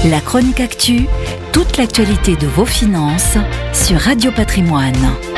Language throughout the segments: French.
La chronique actu, toute l'actualité de vos finances sur Radio Patrimoine.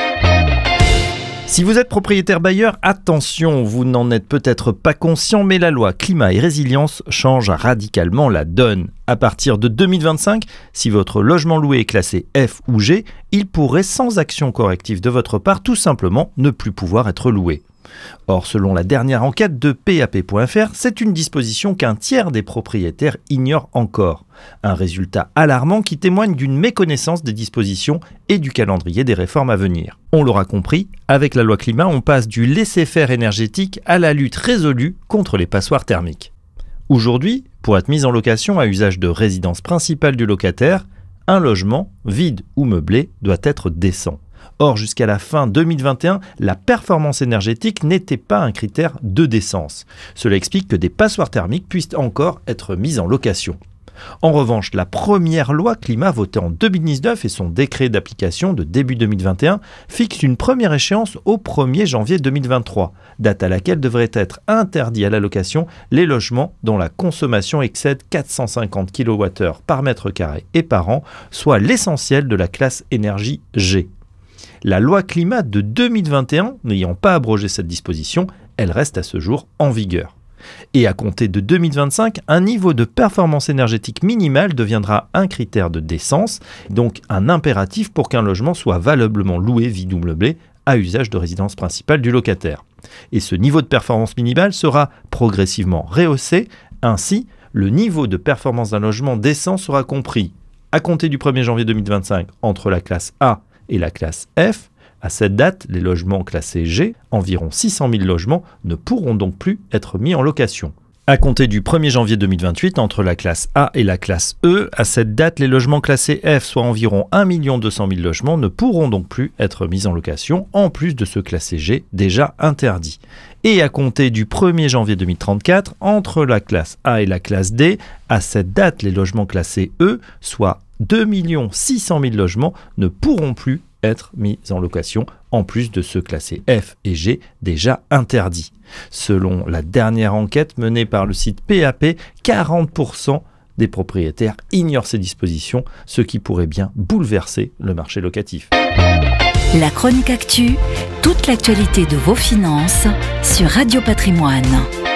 Si vous êtes propriétaire bailleur, attention, vous n'en êtes peut-être pas conscient, mais la loi climat et résilience change radicalement la donne. À partir de 2025, si votre logement loué est classé F ou G, il pourrait, sans action corrective de votre part, tout simplement ne plus pouvoir être loué. Or, selon la dernière enquête de PAP.fr, c'est une disposition qu'un tiers des propriétaires ignorent encore. Un résultat alarmant qui témoigne d'une méconnaissance des dispositions et du calendrier des réformes à venir. On l'aura compris, avec la loi climat, on passe du laisser-faire énergétique à la lutte résolue contre les passoires thermiques. Aujourd'hui, pour être mis en location à usage de résidence principale du locataire, un logement, vide ou meublé, doit être décent. Or, jusqu'à la fin 2021, la performance énergétique n'était pas un critère de décence. Cela explique que des passoires thermiques puissent encore être mises en location. En revanche, la première loi climat votée en 2019 et son décret d'application de début 2021 fixent une première échéance au 1er janvier 2023, date à laquelle devraient être interdits à la location les logements dont la consommation excède 450 kWh par mètre carré et par an, soit l'essentiel de la classe énergie G. La loi climat de 2021, n'ayant pas abrogé cette disposition, elle reste à ce jour en vigueur. Et à compter de 2025, un niveau de performance énergétique minimale deviendra un critère de décence, donc un impératif pour qu'un logement soit valablement loué, vide ou meublé, à usage de résidence principale du locataire. Et ce niveau de performance minimale sera progressivement rehaussé, ainsi le niveau de performance d'un logement décent sera compris, à compter du 1er janvier 2025, entre la classe A et la classe F. À cette date, les logements classés G, environ 600 000 logements, ne pourront donc plus être mis en location. À compter du 1er janvier 2028, entre la classe A et la classe E, à cette date, les logements classés F, soit environ 1 200 000 logements, ne pourront donc plus être mis en location, en plus de ceux classés G, déjà interdits. Et à compter du 1er janvier 2034, entre la classe A et la classe D, à cette date, les logements classés E, soit 2 600 000 logements, ne pourront plus être mis en location, en plus de ceux classés F et G déjà interdits. Selon la dernière enquête menée par le site PAP, 40% des propriétaires ignorent ces dispositions, ce qui pourrait bien bouleverser le marché locatif. La chronique actu, toute l'actualité de vos finances sur Radio Patrimoine.